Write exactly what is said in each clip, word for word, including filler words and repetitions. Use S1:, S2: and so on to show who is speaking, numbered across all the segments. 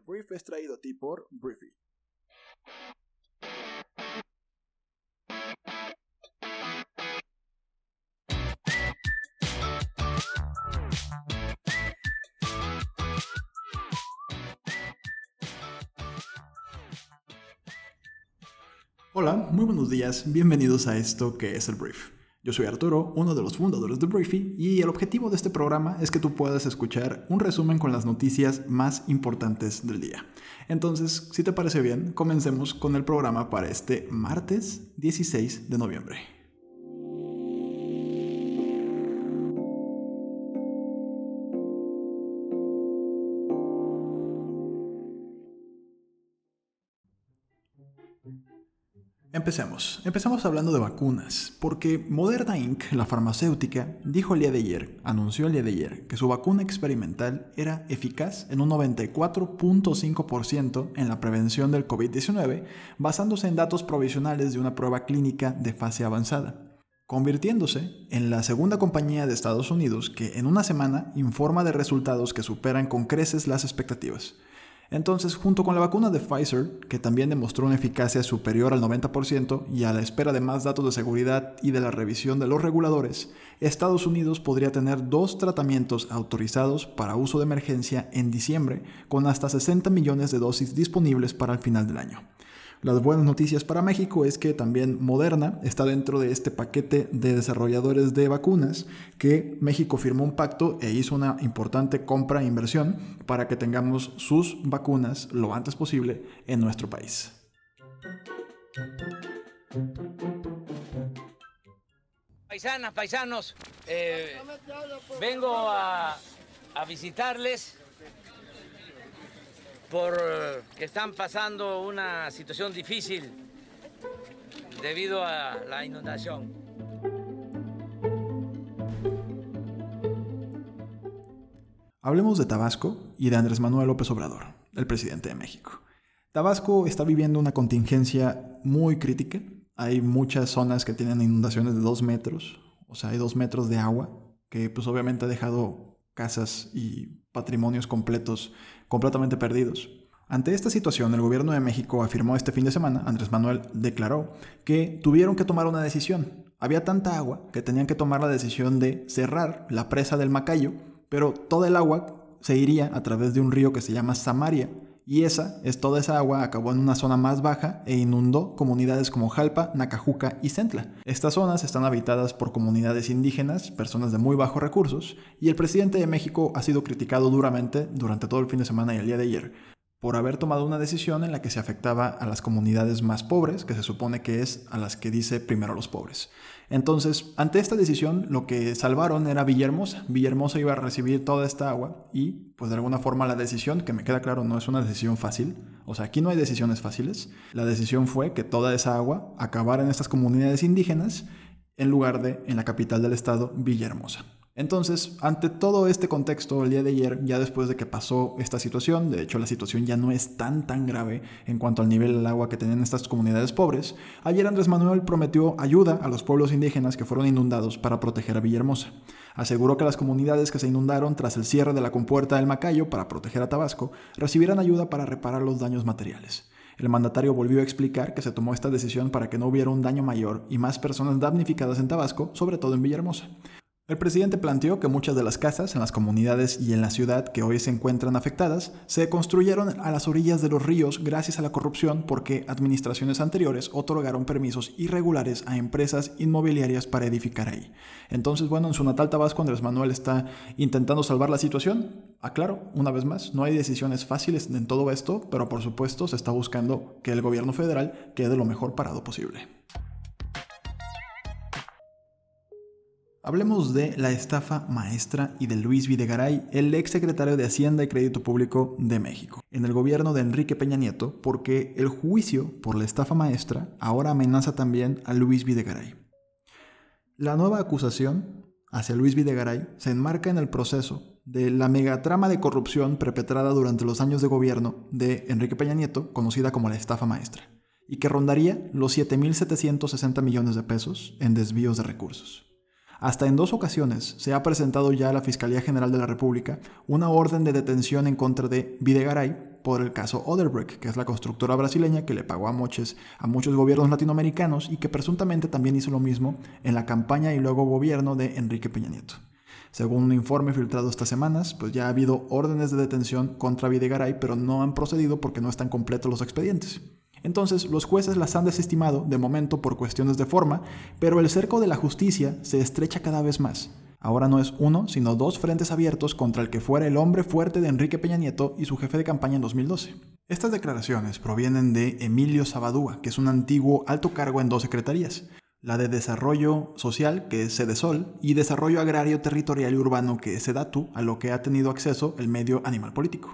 S1: Brief es traído a ti por Briefy. Hola, muy buenos días, bienvenidos a esto que es el Brief. Yo soy Arturo, uno de los fundadores de Briefy, y el objetivo de este programa es que tú puedas escuchar un resumen con las noticias más importantes del día. Entonces, si te parece bien, comencemos con el programa para este martes dieciséis de noviembre. Empecemos. Empezamos hablando de vacunas, porque Moderna incorporated, la farmacéutica, dijo el día de ayer, anunció el día de ayer, que su vacuna experimental era eficaz en un noventa y cuatro punto cinco por ciento en la prevención del covid diecinueve, basándose en datos provisionales de una prueba clínica de fase avanzada, convirtiéndose en la segunda compañía de Estados Unidos que en una semana informa de resultados que superan con creces las expectativas. Entonces, junto con la vacuna de Pfizer, que también demostró una eficacia superior al noventa por ciento y a la espera de más datos de seguridad y de la revisión de los reguladores, Estados Unidos podría tener dos tratamientos autorizados para uso de emergencia en diciembre, con hasta sesenta millones de dosis disponibles para el final del año. Las buenas noticias para México es que también Moderna está dentro de este paquete de desarrolladores de vacunas, que México firmó un pacto e hizo una importante compra e inversión para que tengamos sus vacunas lo antes posible en nuestro país.
S2: Paisanas, paisanos, eh, vengo a, a visitarles porque están pasando una situación difícil debido a la inundación.
S1: Hablemos de Tabasco y de Andrés Manuel López Obrador, el presidente de México. Tabasco está viviendo una contingencia muy crítica. Hay muchas zonas que tienen inundaciones de dos metros, o sea, hay dos metros de agua, que pues obviamente ha dejado casas y patrimonios completos completamente perdidos. Ante esta situación, el gobierno de México afirmó este fin de semana, Andrés Manuel declaró que tuvieron que tomar una decisión. Había tanta agua que tenían que tomar la decisión de cerrar la presa del Macayo, pero toda el agua se iría a través de un río que se llama Samaria, y esa, es toda esa agua acabó en una zona más baja e inundó comunidades como Jalpa, Nacajuca y Centla. Estas zonas están habitadas por comunidades indígenas, personas de muy bajos recursos, y el presidente de México ha sido criticado duramente durante todo el fin de semana y el día de ayer por haber tomado una decisión en la que se afectaba a las comunidades más pobres, que se supone que es a las que dice primero los pobres. Entonces, ante esta decisión, lo que salvaron era Villahermosa. Villahermosa iba a recibir toda esta agua y, pues de alguna forma, la decisión, que me queda claro, no es una decisión fácil. O sea, aquí no hay decisiones fáciles. La decisión fue que toda esa agua acabara en estas comunidades indígenas en lugar de en la capital del estado, Villahermosa. Entonces, ante todo este contexto, el día de ayer, ya después de que pasó esta situación, de hecho la situación ya no es tan tan grave en cuanto al nivel del agua que tenían estas comunidades pobres, ayer Andrés Manuel prometió ayuda a los pueblos indígenas que fueron inundados para proteger a Villahermosa. Aseguró que las comunidades que se inundaron tras el cierre de la compuerta del Macayo para proteger a Tabasco recibirán ayuda para reparar los daños materiales. El mandatario volvió a explicar que se tomó esta decisión para que no hubiera un daño mayor y más personas damnificadas en Tabasco, sobre todo en Villahermosa. El presidente planteó que muchas de las casas en las comunidades y en la ciudad que hoy se encuentran afectadas se construyeron a las orillas de los ríos gracias a la corrupción porque administraciones anteriores otorgaron permisos irregulares a empresas inmobiliarias para edificar ahí. Entonces, bueno, en su natal Tabasco, Andrés Manuel está intentando salvar la situación. Aclaro, una vez más, no hay decisiones fáciles en todo esto, pero por supuesto se está buscando que el gobierno federal quede lo mejor parado posible. Hablemos de la estafa maestra y de Luis Videgaray, el ex secretario de Hacienda y Crédito Público de México, en el gobierno de Enrique Peña Nieto, porque el juicio por la estafa maestra ahora amenaza también a Luis Videgaray. La nueva acusación hacia Luis Videgaray se enmarca en el proceso de la megatrama de corrupción perpetrada durante los años de gobierno de Enrique Peña Nieto, conocida como la estafa maestra, y que rondaría los siete mil setecientos sesenta millones de pesos en desvíos de recursos. Hasta en dos ocasiones se ha presentado ya a la Fiscalía General de la República una orden de detención en contra de Videgaray por el caso Odebrecht, que es la constructora brasileña que le pagó a muchos, a muchos gobiernos latinoamericanos y que presuntamente también hizo lo mismo en la campaña y luego gobierno de Enrique Peña Nieto. Según un informe filtrado estas semanas, pues ya ha habido órdenes de detención contra Videgaray, pero no han procedido porque no están completos los expedientes. Entonces, los jueces las han desestimado de momento por cuestiones de forma, pero el cerco de la justicia se estrecha cada vez más. Ahora no es uno, sino dos frentes abiertos contra el que fuera el hombre fuerte de Enrique Peña Nieto y su jefe de campaña en dos mil doce. Estas declaraciones provienen de Emilio Sabadúa, que es un antiguo alto cargo en dos secretarías. La de Desarrollo Social, que es Sedesol, y Desarrollo Agrario, Territorial y Urbano, que es Sedatu, a lo que ha tenido acceso el medio Animal Político.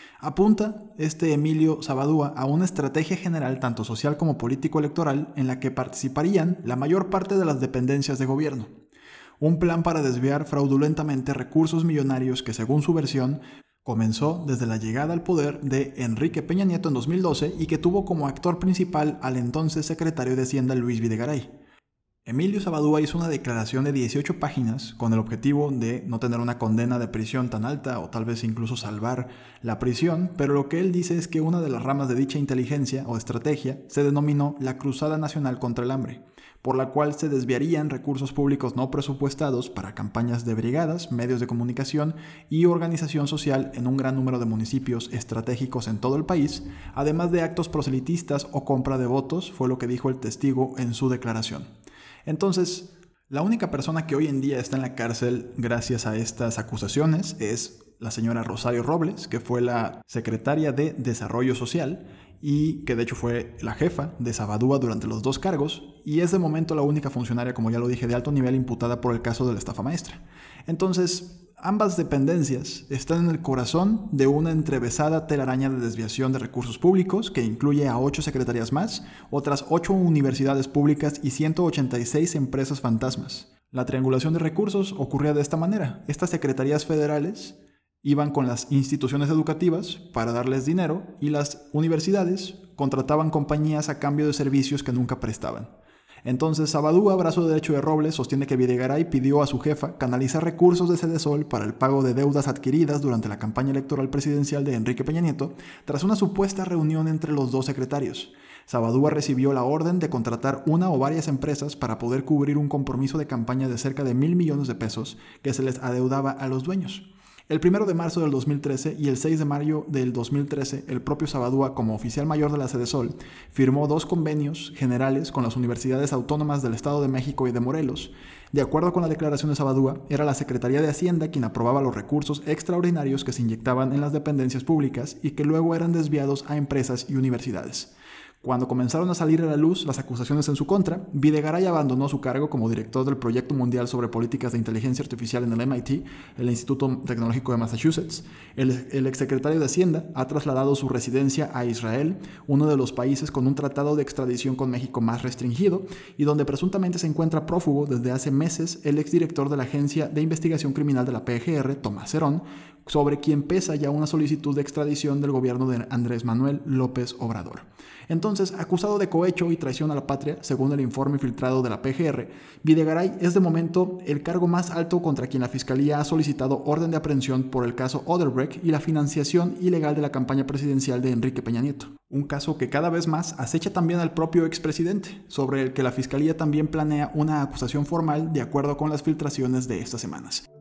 S1: Apunta este Emilio Sabadúa a una estrategia general tanto social como político-electoral en la que participarían la mayor parte de las dependencias de gobierno. Un plan para desviar fraudulentamente recursos millonarios que, según su versión, comenzó desde la llegada al poder de Enrique Peña Nieto en dos mil doce y que tuvo como actor principal al entonces secretario de Hacienda Luis Videgaray. Emilio Sabadúa hizo una declaración de dieciocho páginas con el objetivo de no tener una condena de prisión tan alta o tal vez incluso salvar la prisión, pero lo que él dice es que una de las ramas de dicha inteligencia o estrategia se denominó la Cruzada Nacional contra el Hambre, por la cual se desviarían recursos públicos no presupuestados para campañas de brigadas, medios de comunicación y organización social en un gran número de municipios estratégicos en todo el país, además de actos proselitistas o compra de votos, fue lo que dijo el testigo en su declaración. Entonces, la única persona que hoy en día está en la cárcel gracias a estas acusaciones es la señora Rosario Robles, que fue la secretaria de Desarrollo Social y que de hecho fue la jefa de Sabadúa durante los dos cargos y es de momento la única funcionaria, como ya lo dije, de alto nivel imputada por el caso de la estafa maestra. Entonces, ambas dependencias están en el corazón de una entrevesada telaraña de desviación de recursos públicos que incluye a ocho secretarías más, otras ocho universidades públicas y ciento ochenta y seis empresas fantasmas. La triangulación de recursos ocurría de esta manera. Estas secretarías federales iban con las instituciones educativas para darles dinero y las universidades contrataban compañías a cambio de servicios que nunca prestaban. Entonces Sabadúa, brazo derecho de Robles, sostiene que Videgaray pidió a su jefa canalizar recursos de Sedesol para el pago de deudas adquiridas durante la campaña electoral presidencial de Enrique Peña Nieto tras una supuesta reunión entre los dos secretarios. Sabadúa recibió la orden de contratar una o varias empresas para poder cubrir un compromiso de campaña de cerca de mil millones de pesos que se les adeudaba a los dueños. El primero de marzo del dos mil trece y el seis de mayo del dos mil trece, el propio Sabadúa, como oficial mayor de la Sedesol, firmó dos convenios generales con las universidades autónomas del Estado de México y de Morelos. De acuerdo con la declaración de Sabadúa, era la Secretaría de Hacienda quien aprobaba los recursos extraordinarios que se inyectaban en las dependencias públicas y que luego eran desviados a empresas y universidades. Cuando comenzaron a salir a la luz las acusaciones en su contra, Videgaray abandonó su cargo como director del Proyecto Mundial sobre Políticas de Inteligencia Artificial en el M I T, el Instituto Tecnológico de Massachusetts. El, el exsecretario de Hacienda ha trasladado su residencia a Israel, uno de los países con un tratado de extradición con México más restringido, y donde presuntamente se encuentra prófugo desde hace meses el exdirector de la Agencia de Investigación Criminal de la P G R, Tomás Herón, sobre quien pesa ya una solicitud de extradición del gobierno de Andrés Manuel López Obrador. Entonces, acusado de cohecho y traición a la patria, según el informe filtrado de la P G R, Videgaray es de momento el cargo más alto contra quien la Fiscalía ha solicitado orden de aprehensión por el caso Odebrecht y la financiación ilegal de la campaña presidencial de Enrique Peña Nieto. Un caso que cada vez más acecha también al propio expresidente, sobre el que la Fiscalía también planea una acusación formal de acuerdo con las filtraciones de estas semanas.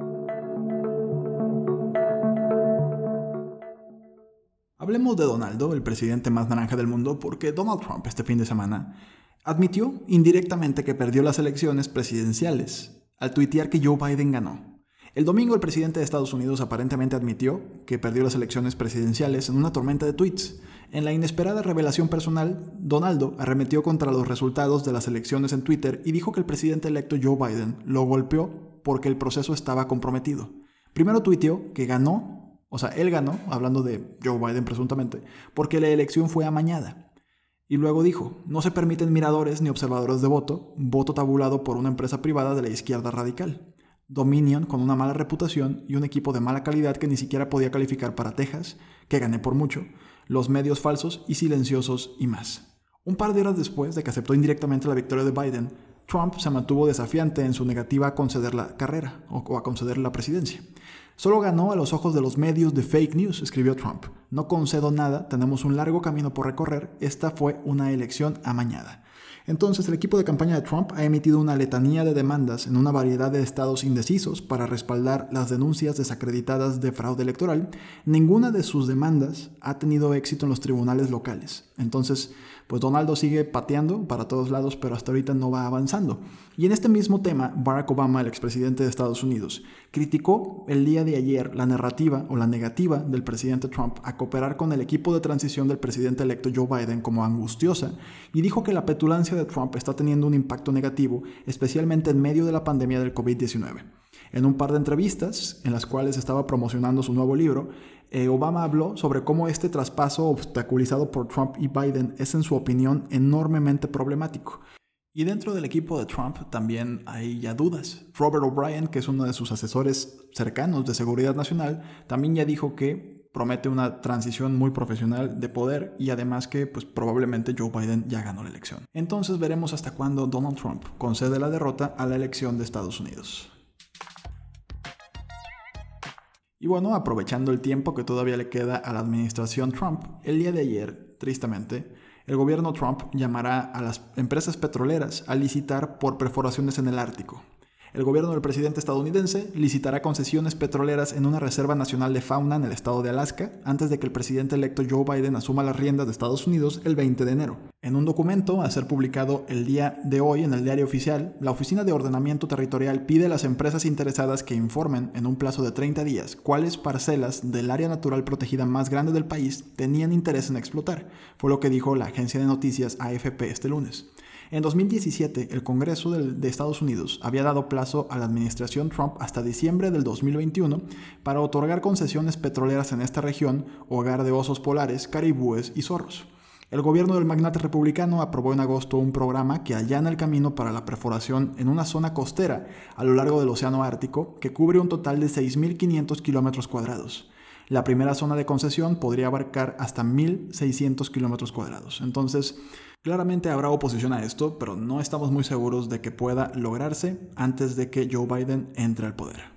S1: Hablemos de Donaldo, el presidente más naranja del mundo, porque Donald Trump este fin de semana admitió indirectamente que perdió las elecciones presidenciales al tuitear que Joe Biden ganó. El domingo el presidente de Estados Unidos aparentemente admitió que perdió las elecciones presidenciales en una tormenta de tweets. En la inesperada revelación personal, Donaldo arremetió contra los resultados de las elecciones en Twitter y dijo que el presidente electo Joe Biden lo golpeó porque el proceso estaba comprometido. Primero tuiteó que ganó. O sea, él ganó, hablando de Joe Biden presuntamente, porque la elección fue amañada. Y luego dijo, no se permiten miradores ni observadores de voto, voto tabulado por una empresa privada de la izquierda radical. Dominion con una mala reputación y un equipo de mala calidad que ni siquiera podía calificar para Texas, que gané por mucho, los medios falsos y silenciosos y más. Un par de horas después de que aceptó indirectamente la victoria de Biden, Trump se mantuvo desafiante en su negativa a conceder la carrera o a conceder la presidencia. Solo ganó a los ojos de los medios de fake news, escribió Trump. No concedo nada, tenemos un largo camino por recorrer, esta fue una elección amañada. Entonces, el equipo de campaña de Trump ha emitido una letanía de demandas en una variedad de estados indecisos para respaldar las denuncias desacreditadas de fraude electoral. Ninguna de sus demandas ha tenido éxito en los tribunales locales. Entonces, pues Donaldo sigue pateando para todos lados, pero hasta ahorita no va avanzando. Y en este mismo tema, Barack Obama, el expresidente de Estados Unidos, criticó el día de ayer la narrativa o la negativa del presidente Trump a cooperar con el equipo de transición del presidente electo Joe Biden como angustiosa y dijo que la petulancia de Trump está teniendo un impacto negativo, especialmente en medio de la pandemia del covid diecinueve. En un par de entrevistas, en las cuales estaba promocionando su nuevo libro, eh, Obama habló sobre cómo este traspaso obstaculizado por Trump y Biden es, en su opinión, enormemente problemático. Y dentro del equipo de Trump también hay ya dudas. Robert O'Brien, que es uno de sus asesores cercanos de seguridad nacional, también ya dijo que promete una transición muy profesional de poder y además que pues, probablemente Joe Biden ya ganó la elección. Entonces veremos hasta cuándo Donald Trump concede la derrota a la elección de Estados Unidos. Y bueno, aprovechando el tiempo que todavía le queda a la administración Trump, el día de ayer, tristemente, el gobierno Trump llamará a las empresas petroleras a licitar por perforaciones en el Ártico. El gobierno del presidente estadounidense licitará concesiones petroleras en una reserva nacional de fauna en el estado de Alaska antes de que el presidente electo Joe Biden asuma las riendas de Estados Unidos el veinte de enero. En un documento a ser publicado el día de hoy en el diario oficial, la Oficina de Ordenamiento Territorial pide a las empresas interesadas que informen en un plazo de treinta días cuáles parcelas del área natural protegida más grande del país tenían interés en explotar, fue lo que dijo la agencia de noticias A F P este lunes. En dos mil diecisiete, el Congreso de Estados Unidos había dado plazo a la administración Trump hasta diciembre del dos mil veintiuno para otorgar concesiones petroleras en esta región, hogar de osos polares, caribúes y zorros. El gobierno del magnate republicano aprobó en agosto un programa que allana el camino para la perforación en una zona costera a lo largo del Océano Ártico que cubre un total de seis mil quinientos kilómetros cuadrados. La primera zona de concesión podría abarcar hasta mil seiscientos kilómetros cuadrados. Entonces, claramente habrá oposición a esto, pero no estamos muy seguros de que pueda lograrse antes de que Joe Biden entre al poder.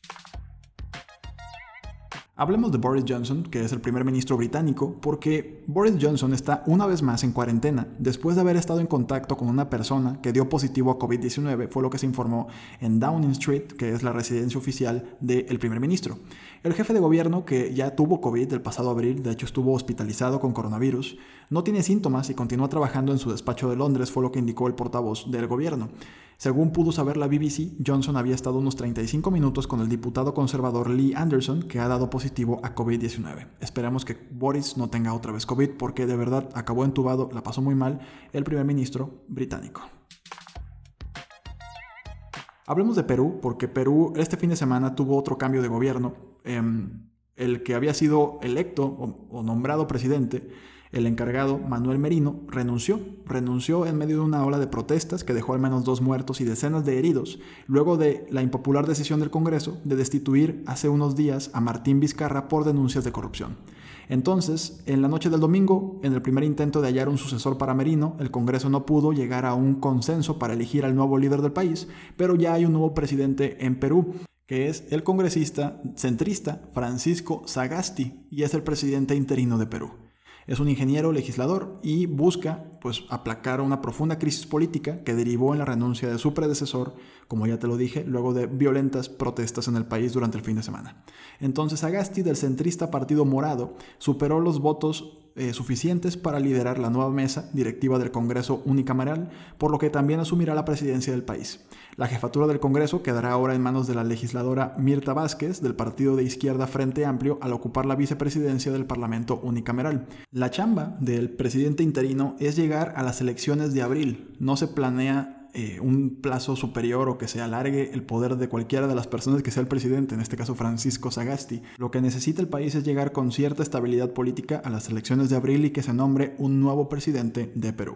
S1: Hablemos de Boris Johnson, que es el primer ministro británico, porque Boris Johnson está una vez más en cuarentena después de haber estado en contacto con una persona que dio positivo a covid diecinueve, fue lo que se informó en Downing Street, que es la residencia oficial del primer ministro. El jefe de gobierno, que ya tuvo COVID el pasado abril, de hecho estuvo hospitalizado con coronavirus, no tiene síntomas y continúa trabajando en su despacho de Londres, fue lo que indicó el portavoz del gobierno. Según pudo saber la B B C, Johnson había estado unos treinta y cinco minutos con el diputado conservador Lee Anderson, que ha dado positivo a covid diecinueve. Esperamos que Boris no tenga otra vez COVID porque de verdad acabó entubado, la pasó muy mal el primer ministro británico. Hablemos de Perú, porque Perú este fin de semana tuvo otro cambio de gobierno. Eh, el que había sido electo o, o nombrado presidente, el encargado, Manuel Merino, renunció. Renunció en medio de una ola de protestas que dejó al menos dos muertos y decenas de heridos, luego de la impopular decisión del Congreso de destituir hace unos días a Martín Vizcarra por denuncias de corrupción. Entonces, en la noche del domingo, en el primer intento de hallar un sucesor para Merino, el Congreso no pudo llegar a un consenso para elegir al nuevo líder del país, pero ya hay un nuevo presidente en Perú, que es el congresista centrista Francisco Sagasti, y es el presidente interino de Perú. Es un ingeniero legislador y busca pues, aplacar una profunda crisis política que derivó en la renuncia de su predecesor, como ya te lo dije, luego de violentas protestas en el país durante el fin de semana. Entonces Sagasti, del centrista Partido Morado, superó los votos eh, suficientes para liderar la nueva mesa directiva del Congreso unicameral, por lo que también asumirá la presidencia del país. La jefatura del Congreso quedará ahora en manos de la legisladora Mirta Vázquez, del partido de izquierda Frente Amplio, al ocupar la vicepresidencia del Parlamento unicameral. La chamba del presidente interino es llegar a las elecciones de abril. No se planea eh, un plazo superior o que se alargue el poder de cualquiera de las personas que sea el presidente, en este caso Francisco Sagasti. Lo que necesita el país es llegar con cierta estabilidad política a las elecciones de abril y que se nombre un nuevo presidente de Perú.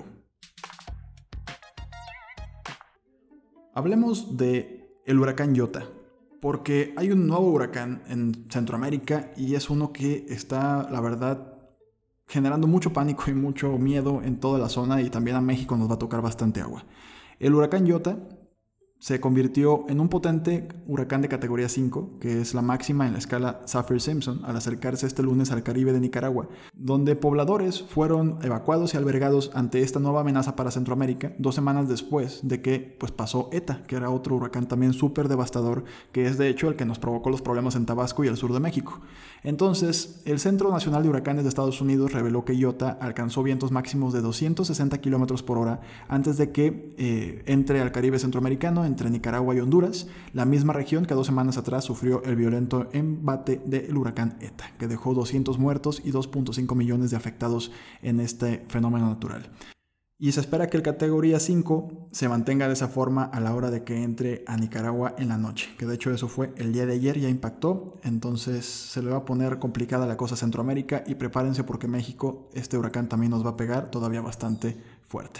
S1: Hablemos de el huracán Iota, porque hay un nuevo huracán en Centroamérica y es uno que está, la verdad, generando mucho pánico y mucho miedo en toda la zona, y también a México nos va a tocar bastante agua. El huracán Iota se convirtió en un potente huracán de categoría cinco, que es la máxima en la escala Saffir-Simpson, al acercarse este lunes al Caribe de Nicaragua, donde pobladores fueron evacuados y albergados ante esta nueva amenaza para Centroamérica, dos semanas después de que pues, pasó ETA, que era otro huracán también súper devastador, que es de hecho el que nos provocó los problemas en Tabasco y el sur de México. Entonces, el Centro Nacional de Huracanes de Estados Unidos reveló que Iota alcanzó vientos máximos de doscientos sesenta kilómetros por hora antes de que eh, entre al Caribe centroamericano, entre Nicaragua y Honduras, la misma región que dos semanas atrás sufrió el violento embate del huracán ETA, que dejó doscientos muertos y dos punto cinco millones de afectados en este fenómeno natural. Y se espera que el categoría cinco se mantenga de esa forma a la hora de que entre a Nicaragua en la noche, que de hecho eso fue el día de ayer, ya impactó, entonces se le va a poner complicada la cosa a Centroamérica y prepárense porque México, este huracán también nos va a pegar todavía bastante fuerte.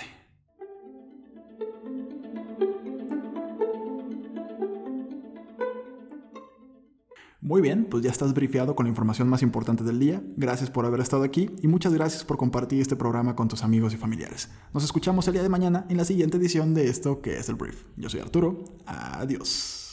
S1: Muy bien, pues ya estás brifeado con la información más importante del día. Gracias por haber estado aquí y muchas gracias por compartir este programa con tus amigos y familiares. Nos escuchamos el día de mañana en la siguiente edición de esto que es el Brief. Yo soy Arturo. Adiós.